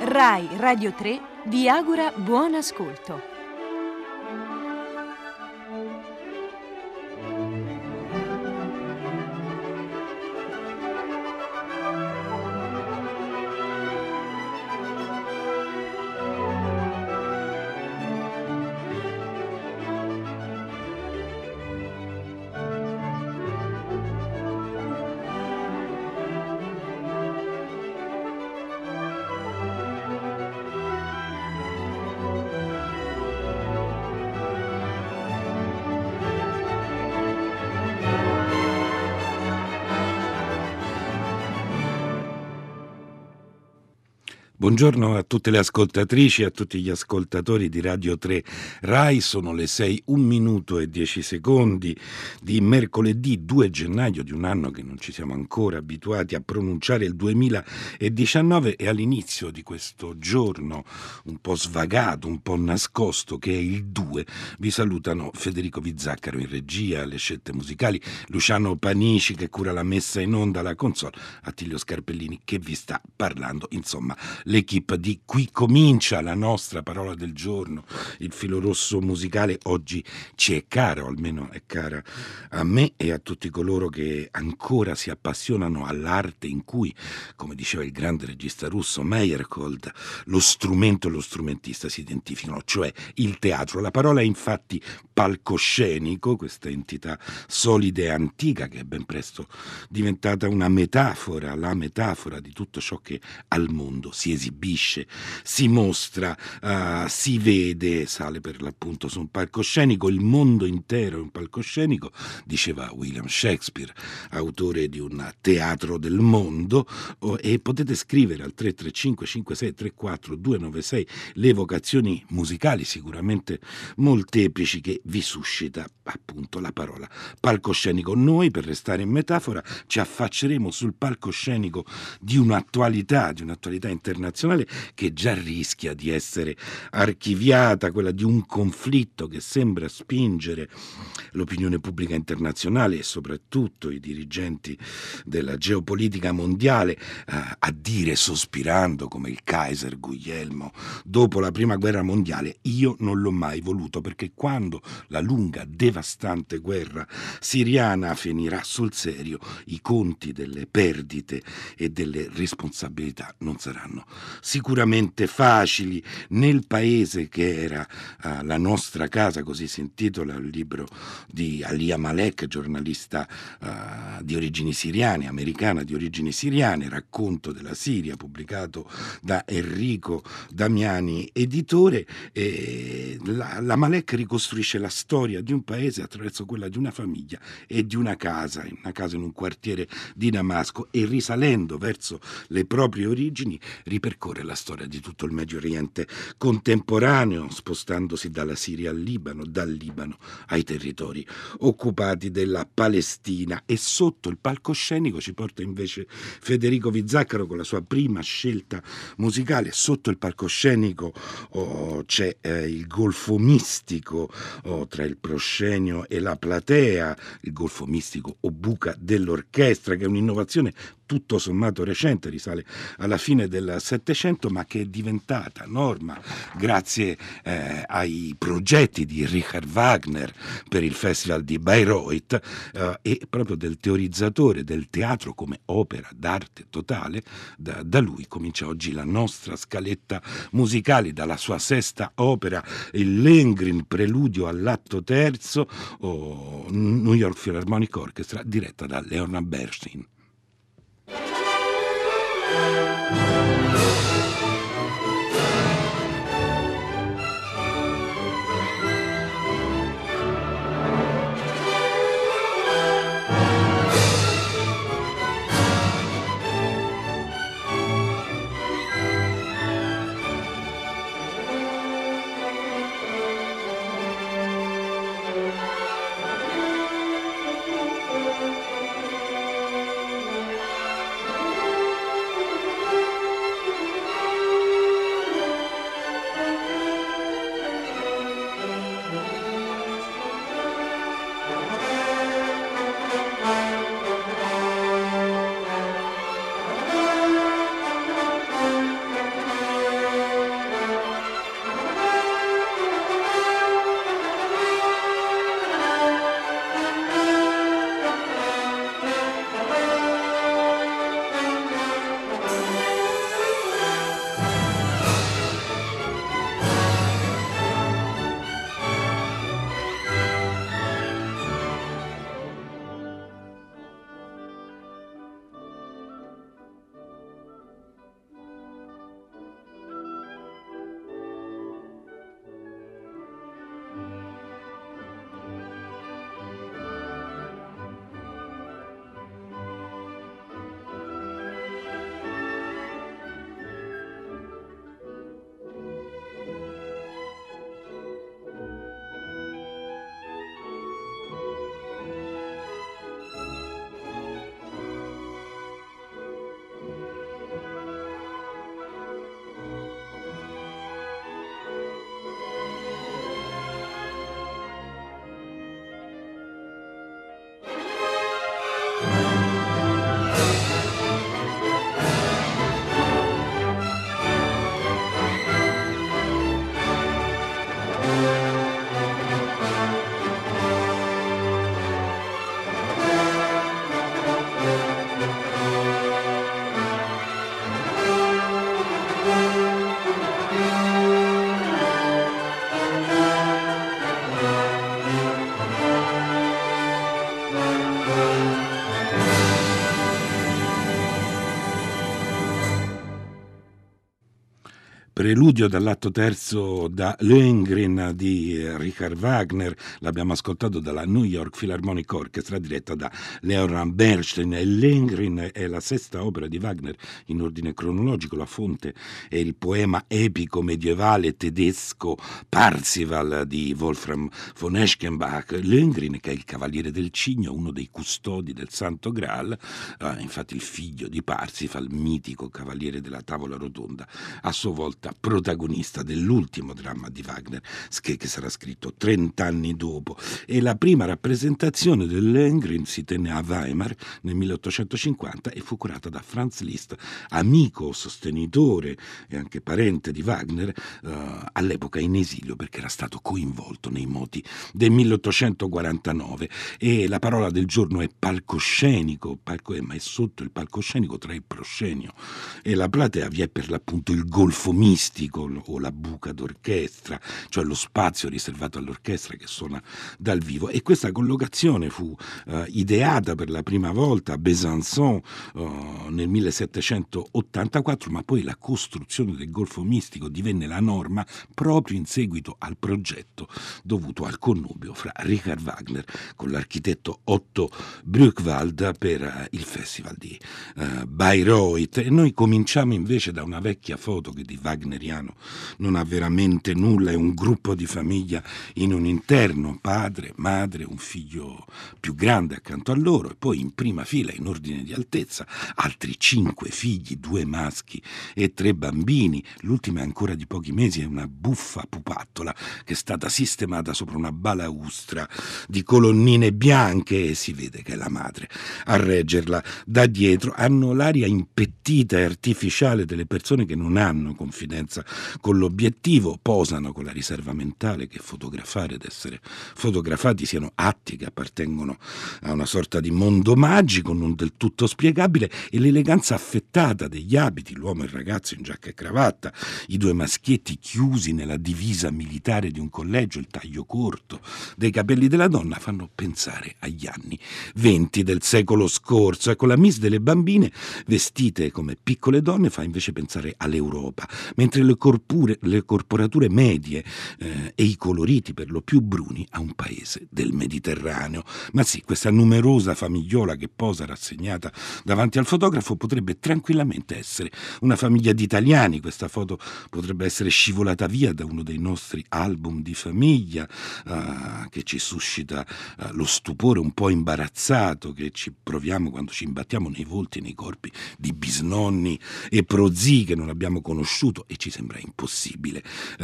Rai Radio 3 vi augura buon ascolto. Buongiorno a tutte le ascoltatrici e a tutti gli ascoltatori di Radio 3 Rai. Sono le 6, 1 minuto e 10 secondi di mercoledì 2 gennaio di un anno che non ci siamo ancora abituati a pronunciare, il 2019, e all'inizio di questo giorno un po' svagato, un po' nascosto, che è il 2, vi salutano Federico Vizzaccaro in regia, alle scelte musicali, Luciano Panici che cura la messa in onda, la console, Attilio Scarpellini che vi sta parlando. Insomma, l'equipe di Qui comincia, la nostra parola del giorno, il filo rosso musicale. Oggi ci è caro, almeno è cara a me e a tutti coloro che ancora si appassionano all'arte in cui, come diceva il grande regista russo Meyerhold, lo strumento e lo strumentista si identificano, cioè il teatro. La parola è infatti palcoscenico, questa entità solida e antica che è ben presto diventata una metafora, la metafora di tutto ciò che al mondo si esibisce, si mostra, si vede, sale per l'appunto su un palcoscenico. Il mondo intero è un palcoscenico, diceva William Shakespeare, autore di un teatro del mondo. E potete scrivere al 335 5634 296 le vocazioni musicali, sicuramente molteplici, che vi suscita appunto la parola palcoscenico. Noi, per restare in metafora, ci affacceremo sul palcoscenico di un'attualità internazionale che già rischia di essere archiviata, quella di un conflitto che sembra spingere l'opinione pubblica internazionale e soprattutto i dirigenti della geopolitica mondiale a dire, sospirando come il Kaiser Guglielmo dopo la prima guerra mondiale: io non l'ho mai voluto, perché quando la lunga, devastante guerra siriana finirà sul serio, i conti delle perdite e delle responsabilità non saranno sicuramente facili. Nel paese che era la nostra casa, così si intitola il libro di Alia Malek, giornalista di origini siriane, americana di origini siriane, racconto della Siria, pubblicato da Enrico Damiani, editore. La Malek ricostruisce la storia di un paese attraverso quella di una famiglia e di una casa in un quartiere di Damasco, e risalendo verso le proprie origini ripercorre la storia di tutto il Medio Oriente contemporaneo, spostandosi dalla Siria al Libano, dal Libano ai territori occupati della Palestina. E sotto il palcoscenico ci porta invece Federico Vizzaccaro con la sua prima scelta musicale. Sotto il palcoscenico c'è il golfo mistico tra il proscenio e la platea, il golfo mistico o buca dell'orchestra, che è un'innovazione tutto sommato recente, risale alla fine del Settecento, ma che è diventata norma grazie ai progetti di Richard Wagner per il Festival di Bayreuth e proprio del teorizzatore del teatro come opera d'arte totale. Da lui comincia oggi la nostra scaletta musicale, dalla sua sesta opera, il Lohengrin, preludio all'atto terzo, New York Philharmonic Orchestra, diretta da Leonard Bernstein. Preludio dall'atto terzo da Lohengrin di Richard Wagner, l'abbiamo ascoltato dalla New York Philharmonic Orchestra diretta da Leonard Bernstein. E Lohengrin è la sesta opera di Wagner in ordine cronologico, la fonte è il poema epico medievale tedesco Parzival di Wolfram von Eschenbach. Lohengrin, che è il cavaliere del Cigno, uno dei custodi del Santo Graal, infatti il figlio di Parzival, mitico cavaliere della tavola rotonda, a sua volta protagonista dell'ultimo dramma di Wagner, che sarà scritto 30 anni dopo. E la prima rappresentazione del Lohengrin si tenne a Weimar nel 1850 e fu curata da Franz Liszt, amico, sostenitore e anche parente di Wagner, all'epoca in esilio perché era stato coinvolto nei moti del 1849. E la parola del giorno è palcoscenico, ma è sotto il palcoscenico, tra il proscenio e la platea, vi è per l'appunto il golfo mistico o la buca d'orchestra, cioè lo spazio riservato all'orchestra che suona dal vivo. E questa collocazione fu ideata per la prima volta a Besançon nel 1784, ma poi la costruzione del golfo mistico divenne la norma proprio in seguito al progetto dovuto al connubio fra Richard Wagner con l'architetto Otto Brückwald per il festival di Bayreuth. E noi cominciamo invece da una vecchia foto che di wagneriano non ha veramente nulla. È un gruppo di famiglia in un interno, padre, madre, un figlio più grande accanto a loro, e poi in prima fila, in ordine di altezza, altri 5 figli, 2 maschi e 3 bambini. L'ultima è ancora di pochi mesi, è una buffa pupattola che è stata sistemata sopra una balaustra di colonnine bianche, e si vede che è la madre a reggerla da dietro. Hanno l'aria impettita e artificiale delle persone che non hanno confidenza con l'obiettivo, posano con la riserva mentale che fotografare ed essere fotografati siano atti che appartengono a una sorta di mondo magico non del tutto spiegabile. E l'eleganza affettata degli abiti, l'uomo e il ragazzo in giacca e cravatta, i 2 maschietti chiusi nella divisa militare di un collegio, il taglio corto dei capelli della donna, fanno pensare agli anni 20 del secolo scorso. Ecco, la Miss delle bambine vestite come piccole donne fa invece pensare all'Europa, mentre le corporature medie e i coloriti per lo più bruni a un paese del Mediterraneo. Ma sì, questa numerosa famigliola che posa rassegnata davanti al fotografo potrebbe tranquillamente essere una famiglia di italiani. Questa foto potrebbe essere scivolata via da uno dei nostri album di famiglia, che ci suscita lo stupore un po' imbarazzato che ci proviamo quando ci imbattiamo nei volti e nei corpi di bisnonni e prozii che non abbiamo conosciuto, e ci sembra impossibile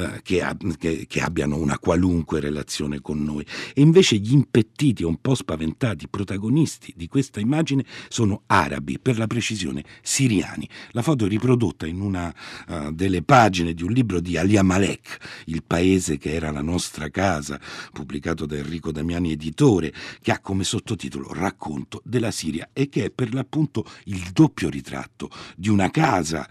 che abbiano una qualunque relazione con noi. E invece gli impettiti e un po' spaventati protagonisti di questa immagine sono arabi, per la precisione siriani. La foto è riprodotta in una delle pagine di un libro di Ali Amalek, Il paese che era la nostra casa, pubblicato da Enrico Damiani editore, che ha come sottotitolo Racconto della Siria, e che è per l'appunto il doppio ritratto di una casa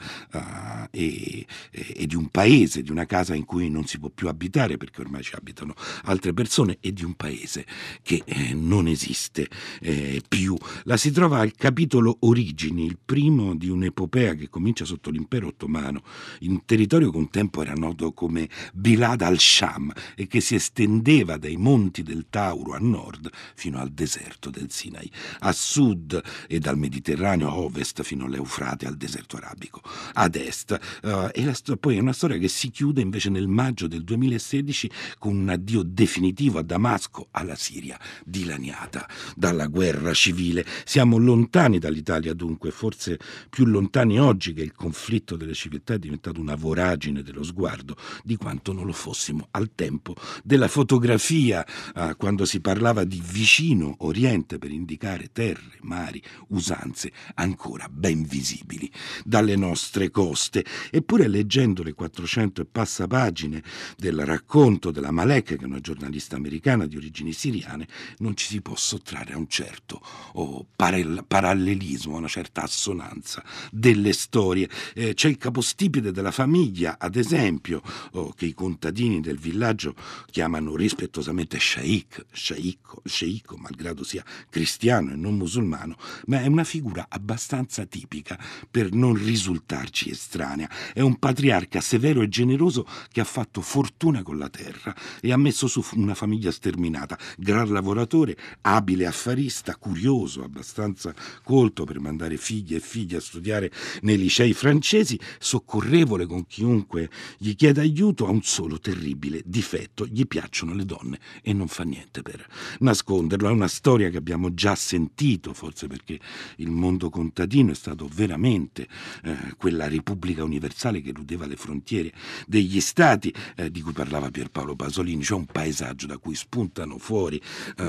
e di un paese, di una casa in cui non si può più abitare perché ormai ci abitano altre persone, e di un paese che non esiste più. La si trova al capitolo Origini, il primo di un'epopea che comincia sotto l'impero ottomano, in un territorio che un tempo era noto come Bilad al-Sham e che si estendeva dai monti del Tauro a nord fino al deserto del Sinai a sud, e dal Mediterraneo a ovest fino all'Eufrate, al deserto arabico ad est. Poi è una storia che si chiude invece nel maggio del 2016 con un addio definitivo a Damasco, alla Siria dilaniata dalla guerra civile. Siamo lontani dall'Italia dunque, forse più lontani oggi che il conflitto delle civiltà è diventato una voragine dello sguardo di quanto non lo fossimo al tempo della fotografia, quando si parlava di vicino Oriente per indicare terre, mari, usanze ancora ben visibili dalle nostre coste. Eppure, leggendo le 400 e passa pagine del racconto della Malek, che è una giornalista americana di origini siriane, non ci si può sottrarre a un certo parallelismo, a una certa assonanza delle storie. C'è il capostipite della famiglia, ad esempio, che i contadini del villaggio chiamano rispettosamente sceicco, malgrado sia cristiano e non musulmano, ma è una figura abbastanza tipica per non risultarci estranea. È un patriarca severo e generoso che ha fatto fortuna con la terra e ha messo su una famiglia sterminata, gran lavoratore, abile affarista, curioso, abbastanza colto per mandare figli e figli a studiare nei licei francesi, soccorrevole con chiunque gli chieda aiuto, ha un solo terribile difetto: gli piacciono le donne e non fa niente per nasconderlo. È una storia che abbiamo già sentito, forse perché il mondo contadino è stato veramente quella repubblica universale che eludeva le frontiere degli stati, di cui parlava Pierpaolo Pasolini, cioè un paesaggio da cui spuntano fuori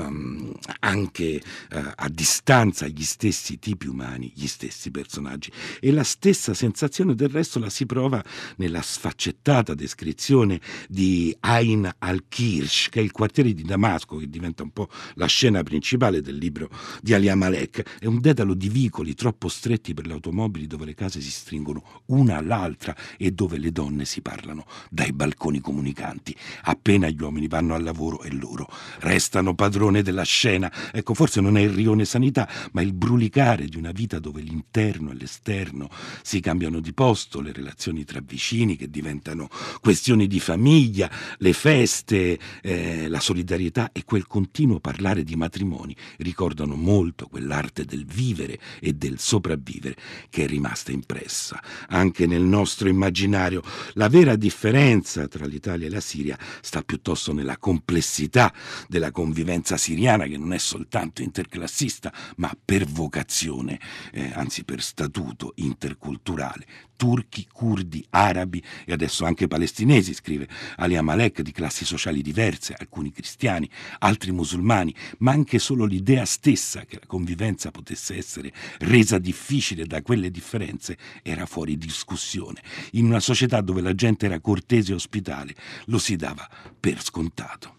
anche a distanza gli stessi tipi umani, gli stessi personaggi, e la stessa sensazione del resto la si prova nella sfaccettata descrizione di Ain al-Kirsh, che è il quartiere di Damasco, che diventa un po' la scena principale del libro di Ali Amalek. È un dedalo di vicoli troppo stretti per le automobili, dove le case si stringono una all'altra e dove le donne si parlano dai balconi comunicanti. Appena gli uomini vanno al lavoro e loro restano padrone della scena. Ecco, forse non è il rione Sanità, ma il brulicare di una vita dove l'interno e l'esterno si cambiano di posto, le relazioni tra vicini che diventano questioni di famiglia, le feste, la solidarietà e quel continuo parlare di matrimoni ricordano molto quell'arte del vivere e del sopravvivere che è rimasta impressa anche nel nostro immaginario. La vera differenza tra l'Italia e la Siria sta piuttosto nella complessità della convivenza siriana, che non è soltanto interclassista, ma per vocazione, anzi per statuto interculturale. Turchi, curdi, arabi e adesso anche palestinesi, scrive Ali Amalek, di classi sociali diverse, alcuni cristiani, altri musulmani, ma anche solo l'idea stessa che la convivenza potesse essere resa difficile da quelle differenze era fuori discussione. In una società dove la gente era cortese e ospitale, lo si dava per scontato.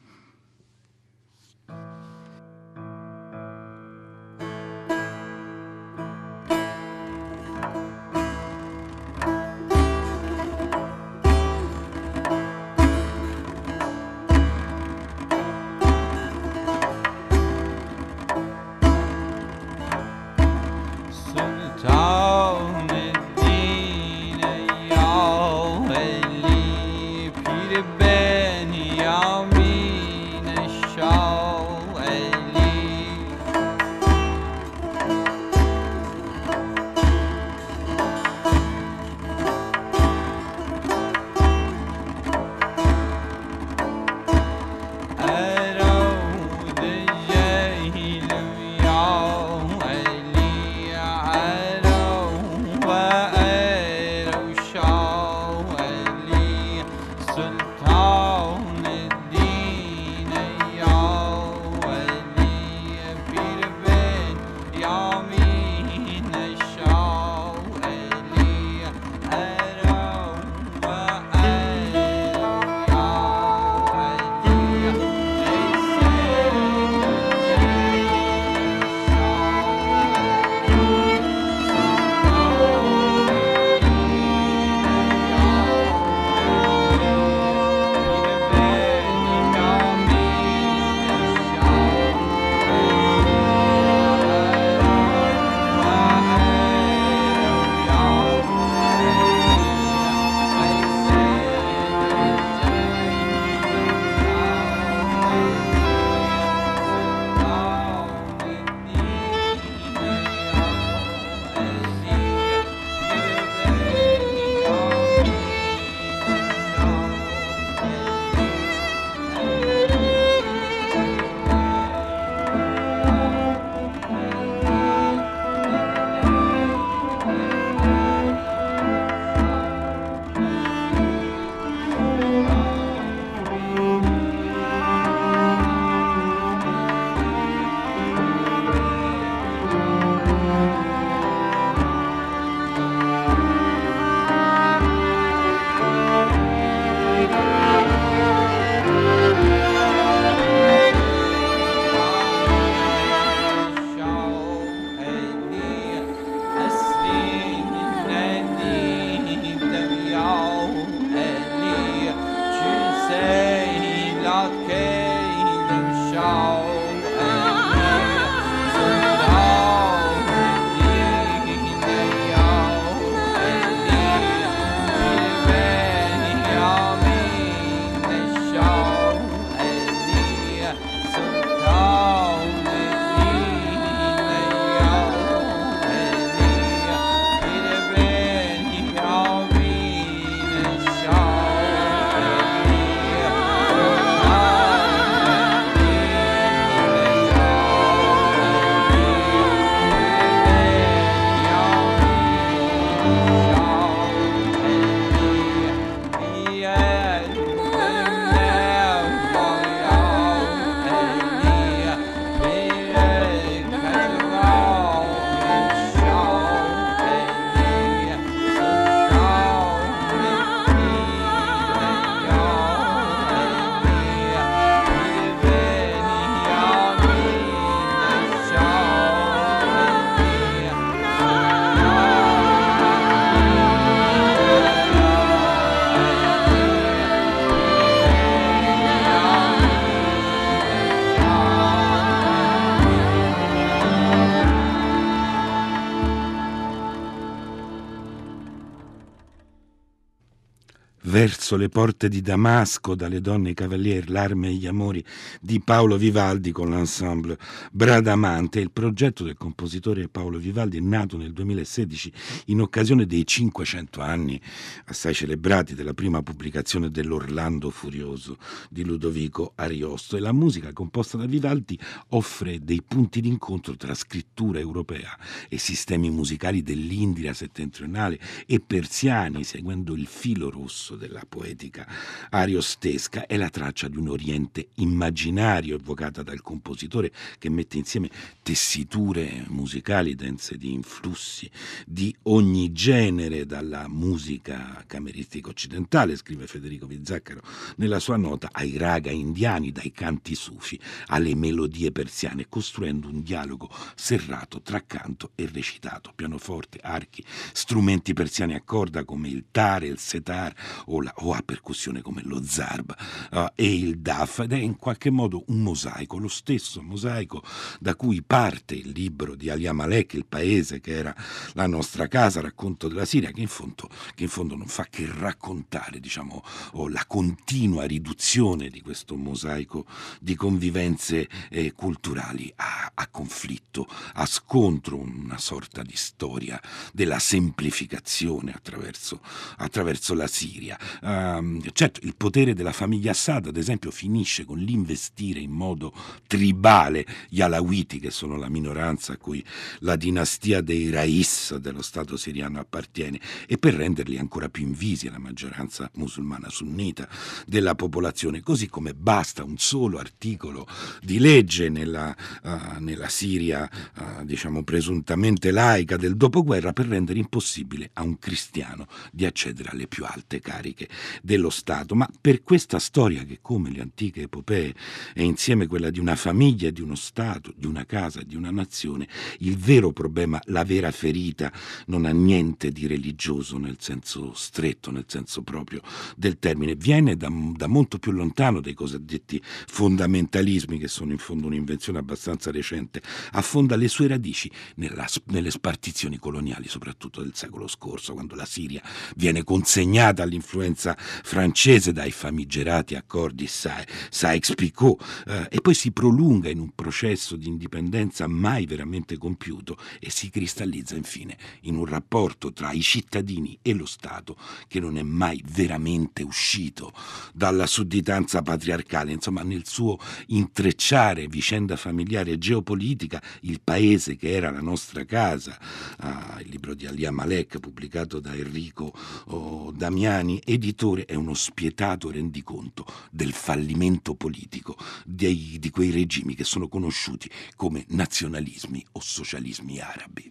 Verso le porte di Damasco, dalle donne ai cavalieri, l'arme e gli amori di Paolo Vivaldi con l'ensemble Bradamante. Il progetto del compositore Paolo Vivaldi è nato nel 2016 in occasione dei 500 anni assai celebrati della prima pubblicazione dell'Orlando Furioso di Ludovico Ariosto, e la musica composta da Vivaldi offre dei punti d'incontro tra scrittura europea e sistemi musicali dell'Indria settentrionale e persiani, seguendo il filo rosso della poetica ariostesca. È la traccia di un Oriente immaginario evocata dal compositore, che mette insieme tessiture musicali dense di influssi di ogni genere, dalla musica cameristica occidentale, scrive Federico Vizzaccaro nella sua nota, ai raga indiani, dai canti sufi alle melodie persiane, costruendo un dialogo serrato tra canto e recitato, pianoforte, archi, strumenti persiani a corda come il tare, il setar o a percussione come lo zarb e il daf, ed è in qualche modo un mosaico, lo stesso mosaico da cui parte il libro di Ali Amalek, Il paese che era la nostra casa, racconto della Siria, che in fondo non fa che raccontare, diciamo, la continua riduzione di questo mosaico di convivenze culturali a conflitto, a scontro, una sorta di storia della semplificazione attraverso la Siria. Certo, il potere della famiglia Assad, ad esempio, finisce con l'investire in modo tribale gli alawiti, che sono la minoranza a cui la dinastia dei Rais dello Stato siriano appartiene, e per renderli ancora più invisi alla maggioranza musulmana sunnita della popolazione, così come basta un solo articolo di legge nella Siria, diciamo presuntamente laica del dopoguerra, per rendere impossibile a un cristiano di accedere alle più alte cariche dello Stato. Ma per questa storia, che come le antiche epopee è insieme quella di una famiglia, di uno Stato, di una casa, di una nazione, il vero problema, la vera ferita, non ha niente di religioso nel senso stretto, nel senso proprio del termine, viene da molto più lontano dei cosiddetti fondamentalismi, che sono in fondo un'invenzione abbastanza recente. Affonda le sue radici nelle spartizioni coloniali, soprattutto del secolo scorso, quando la Siria viene consegnata all'influenza francese dai famigerati accordi Sykes-Picot, e poi si prolunga in un processo di indipendenza mai veramente compiuto, e si cristallizza infine in un rapporto tra i cittadini e lo Stato che non è mai veramente uscito dalla sudditanza patriarcale. Insomma, nel suo intrecciare vicenda familiare e geopolitica, Il paese che era la nostra casa, il libro di Ali Amalek pubblicato da Enrico Damiani, editore, è uno spietato rendiconto del fallimento politico di quei regimi che sono conosciuti come nazionalismi o socialismi arabi.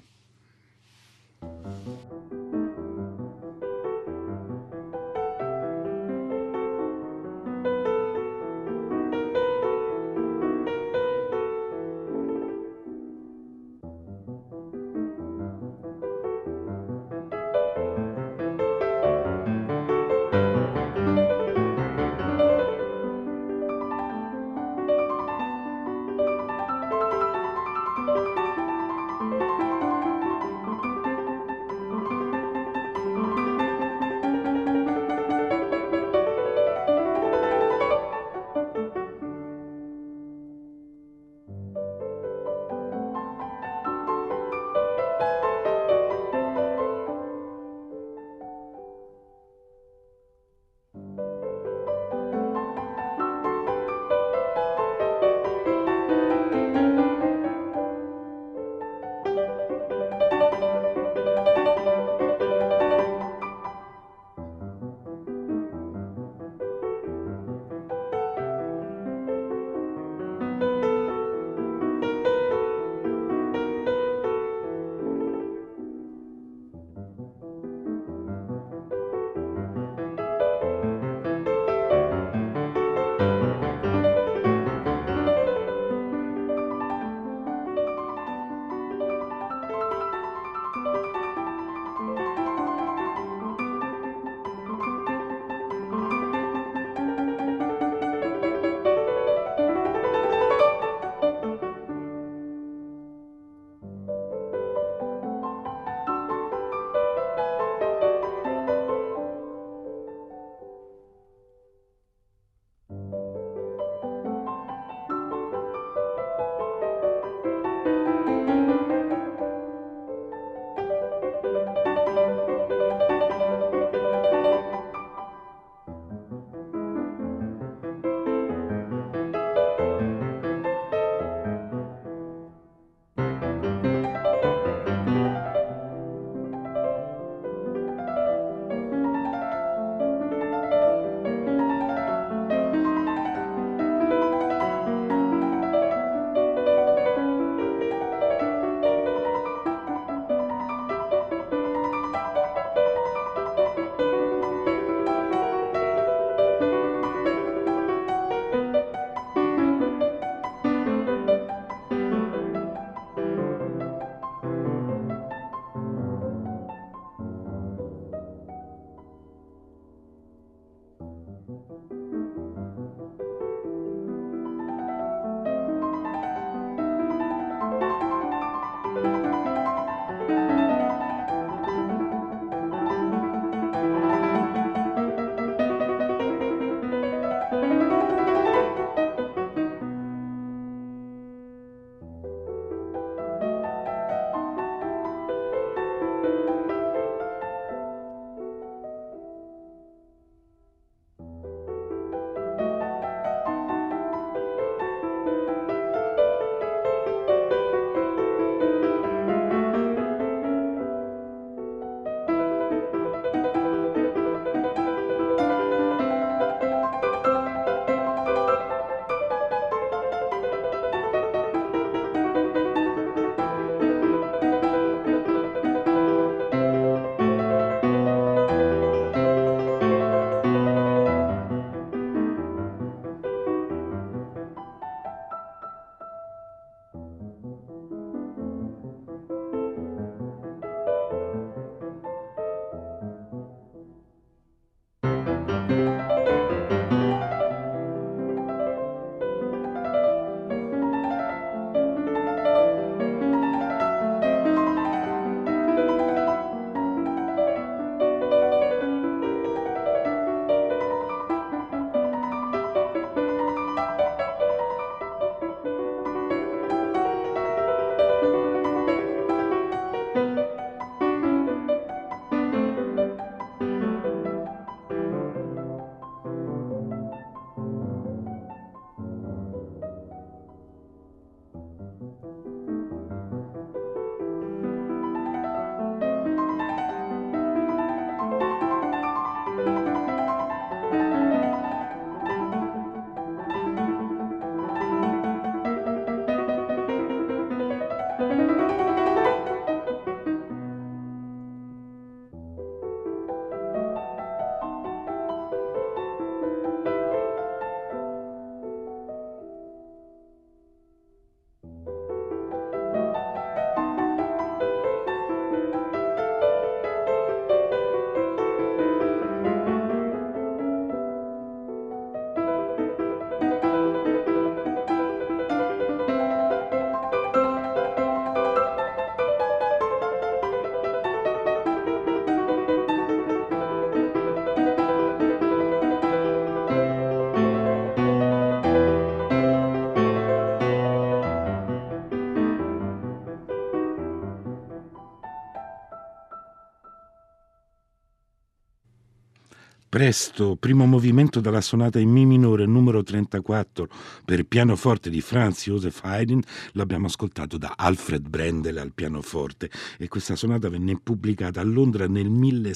Presto, primo movimento dalla sonata in Mi minore numero 34 per pianoforte di Franz Joseph Haydn, l'abbiamo ascoltato da Alfred Brendel al pianoforte, e questa sonata venne pubblicata a Londra nel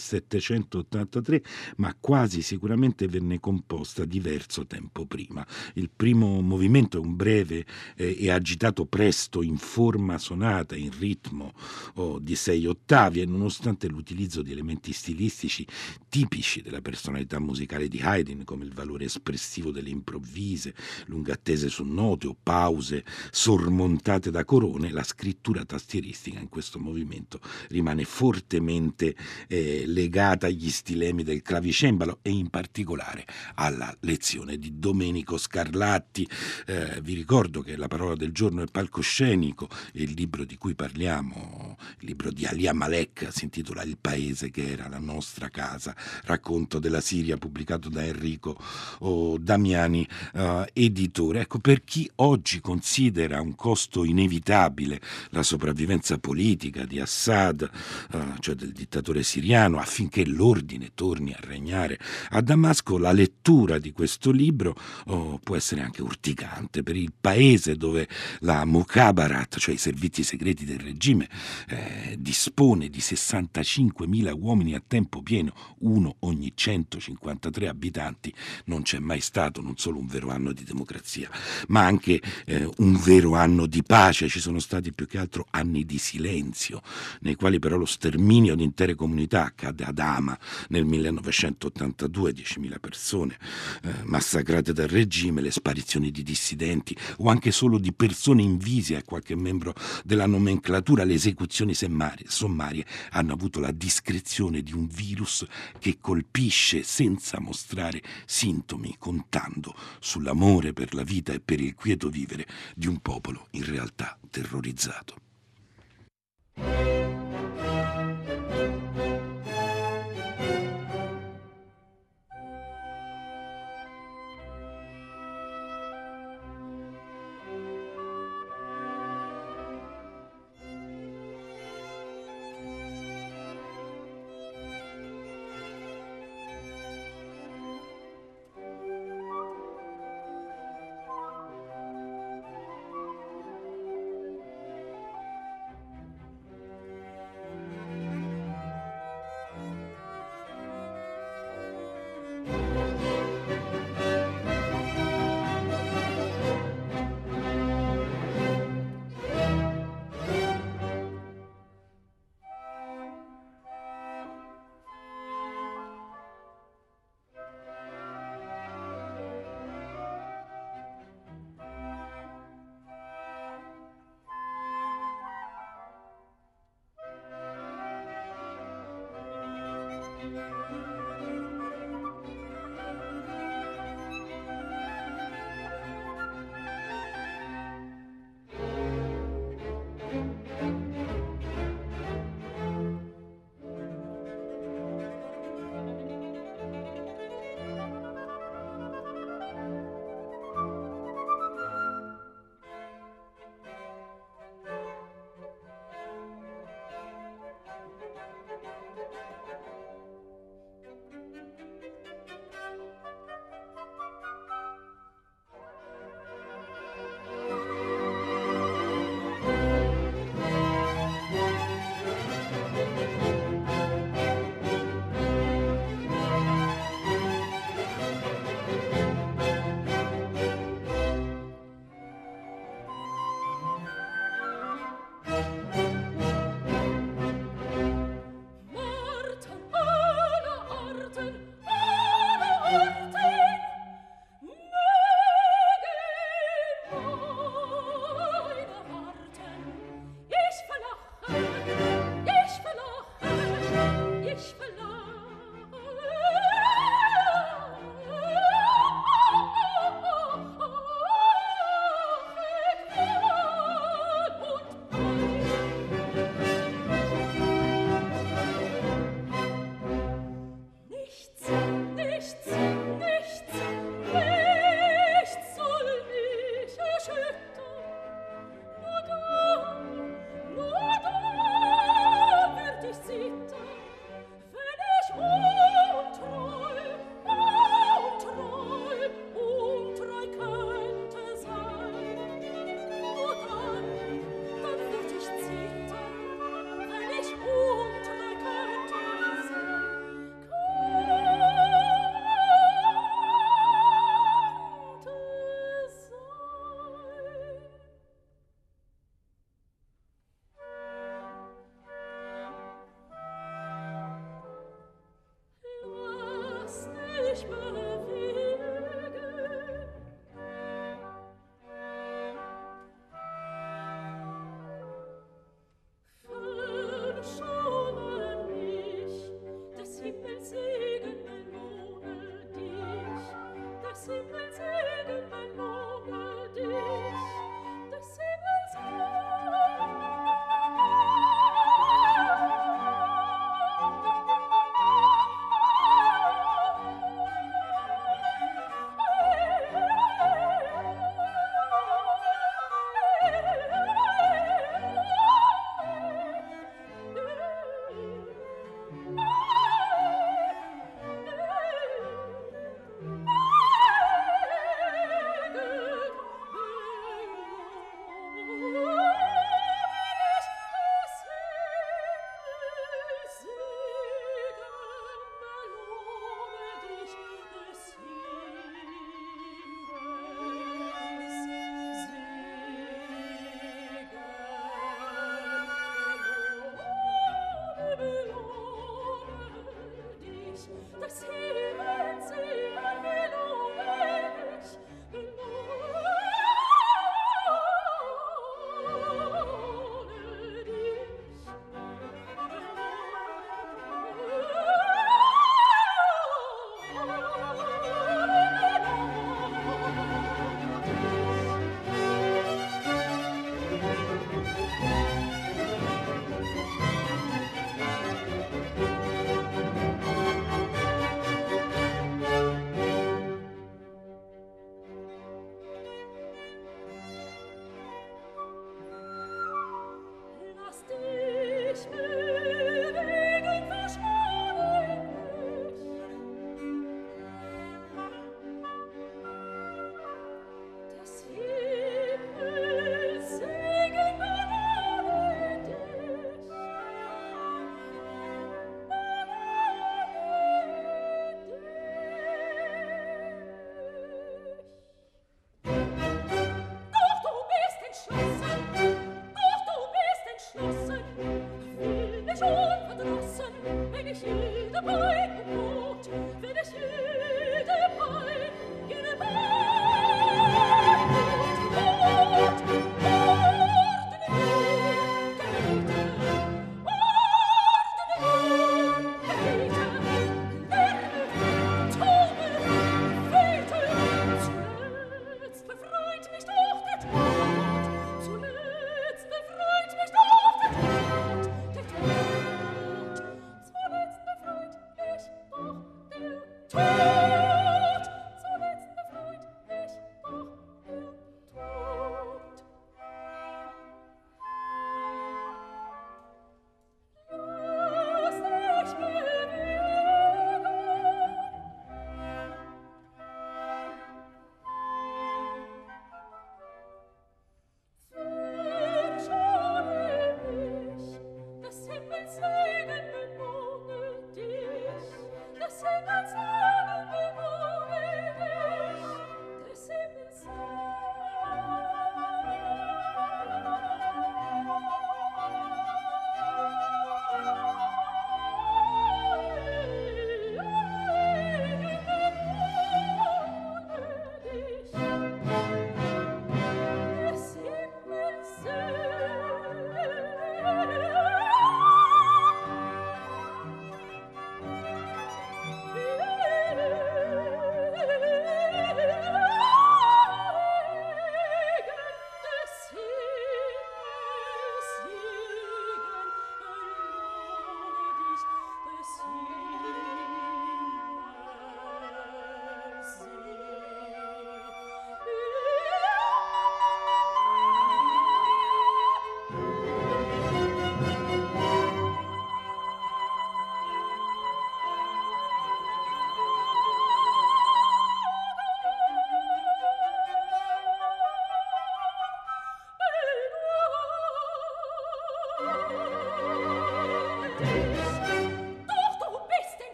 1783, ma quasi sicuramente venne composta diverso tempo prima. Il primo movimento è un breve e agitato presto in forma sonata, in ritmo di 6 ottavi, e nonostante l'utilizzo di elementi stilistici tipici della personalità musicale di Haydn, come il valore espressivo delle improvvise, lunga attese su note o pause sormontate da corone, la scrittura tastieristica in questo movimento rimane fortemente legata agli stilemi del clavicembalo e in particolare alla lezione di Domenico Scarlatti. Vi ricordo che la parola del giorno è palcoscenico, e il libro di cui parliamo, il libro di Alia Malek, si intitola Il paese che era la nostra casa, racconto della Siria, pubblicato da Enrico Damiani, editore. Ecco, per chi oggi considera un costo inevitabile la sopravvivenza politica di Assad, cioè del dittatore siriano, affinché l'ordine torni a regnare a Damasco, la lettura di questo libro può essere anche urticante. Per il paese dove la Mukhabarat, cioè i servizi segreti del regime, dispone di 65.000 uomini a tempo pieno, uno ogni 153 abitanti, non c'è mai stato non solo un vero anno di democrazia, ma anche un vero anno di pace. Ci sono stati più che altro anni di silenzio, nei quali però lo sterminio di intere comunità accadde ad Hama nel 1982, 10.000 persone massacrate dal regime, le sparizioni di dissidenti o anche solo di persone invise a qualche membro della nomenclatura. Le esecuzioni sommarie hanno avuto la discrezione di un virus che colpisce felice senza mostrare sintomi, contando sull'amore per la vita e per il quieto vivere di un popolo in realtà terrorizzato.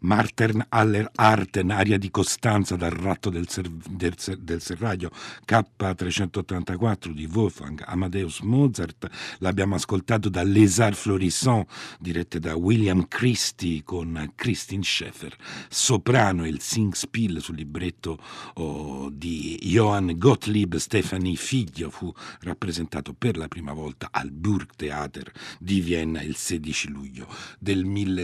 Martin aller Arten, aria di Costanza dal Ratto del Serraglio, K384 di Wolfgang Amadeus Mozart. L'abbiamo ascoltato da Les Arts Florissants, dirette da William Christie con Christine Schaeffer, soprano, il Singspiel sul libretto di Johann Gottlieb Stefani Figlio, fu rappresentato per la prima volta al Burgtheater di Vienna il 16 luglio del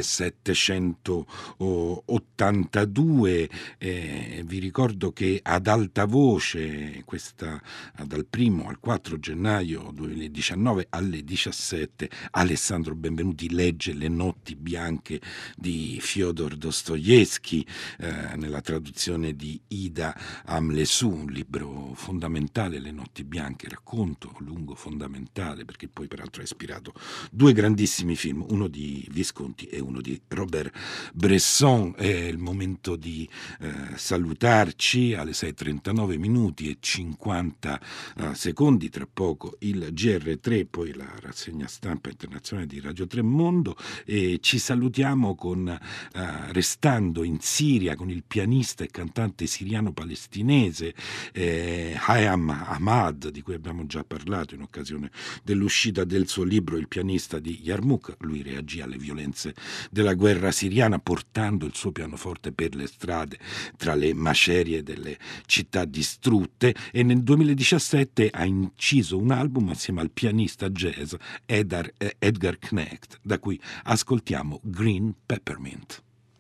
1782. Vi ricordo che ad alta voce, questa dal 1 al 4 gennaio 2019 alle 17, Alessandro Benvenuti legge Le notti bianche di Fyodor Dostoevskij, nella traduzione di Ida Amlesù, un libro fondamentale, Le notti bianche, racconto lungo fondamentale, perché poi peraltro ha ispirato due grandissimi film, uno di Visconti e uno di Robert Bresson. È il momento di salutarci alle 6:39 minuti e 50 secondi, tra poco il GR3, poi la rassegna stampa internazionale di Radio 3 Mondo, e ci salutiamo con restando in Siria con il pianista e cantante siriano-palestinese Hayam Ahmad, di cui abbiamo già parlato in occasione dell'uscita del suo libro Il pianista di Yarmouk. Lui reagì alle violenze della guerra siriana portando il suo pianoforte per le strade tra le macerie delle città distrutte, e nel 2017 ha inciso un album assieme al pianista jazz Edgar Knecht, da cui ascoltiamo Green Peppermint.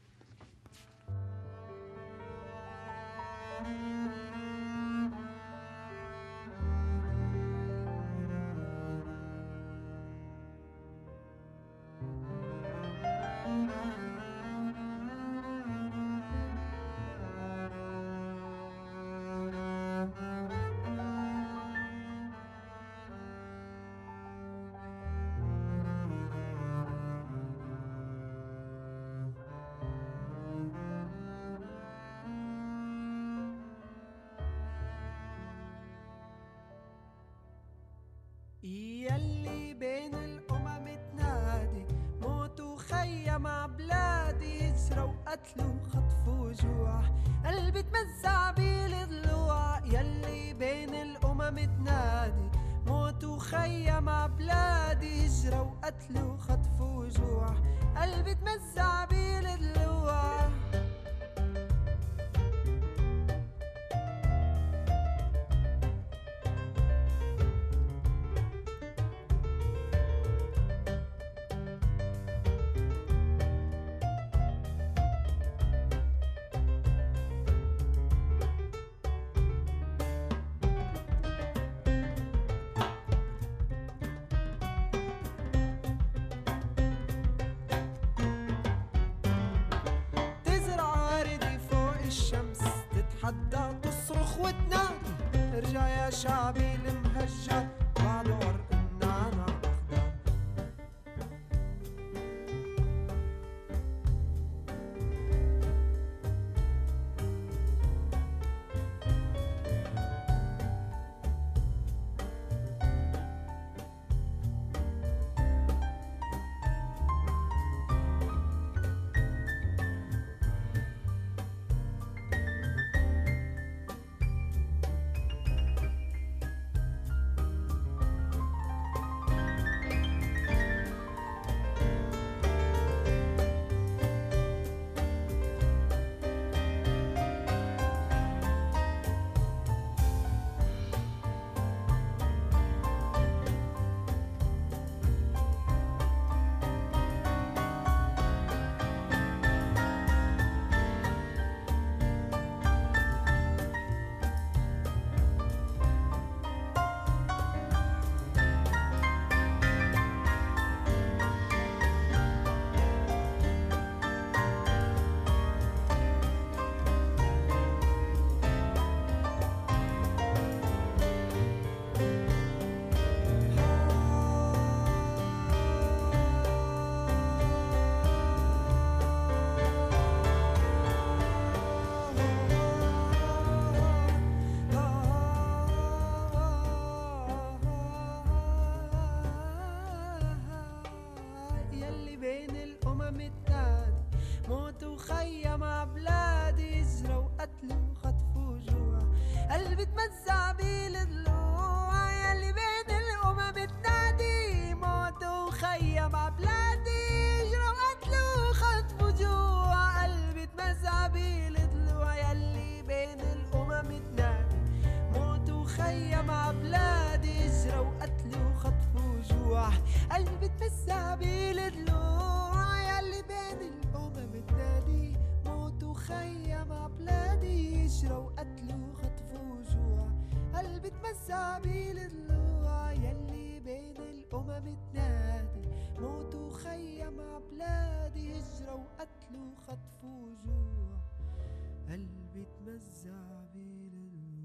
يلي بين الأمم تنادي موت وخيم عبلادي، هجرة وقتل وخطف وجوع، قلبي تمزع بالضلوع. يلي بين الأمم تنادي موت وخيم عبلادي، هجرة وقتل وخطف وجوع، قلبي تمزع بالضلوع. تصرخ وتنادي ارجع يا شعبي المهجر بعد ورق النعنع أخضر. وقتل وخطف وجوع قلبي تمزع بالضلوع يلي بين الأمم تنادي موت وخيم عبلادي هجرة وقتل وخطف وجوع قلبي تمزع بالضلوع يلي بين الأمم تنادي موت وخيم عبلادي هجرة وقتل وخطف وجوع قلبي تمزع بالضلوع يلي بين الأمم تنادي موت وخيم عبلادي هجرة وقتل وخطف وجوع قلبي تمزع بالضلوع يلي بين الأمم تنادي موت وخيم عبلادي هجرة وقتل وخطف وجوع قلبي تمزع بالضلوع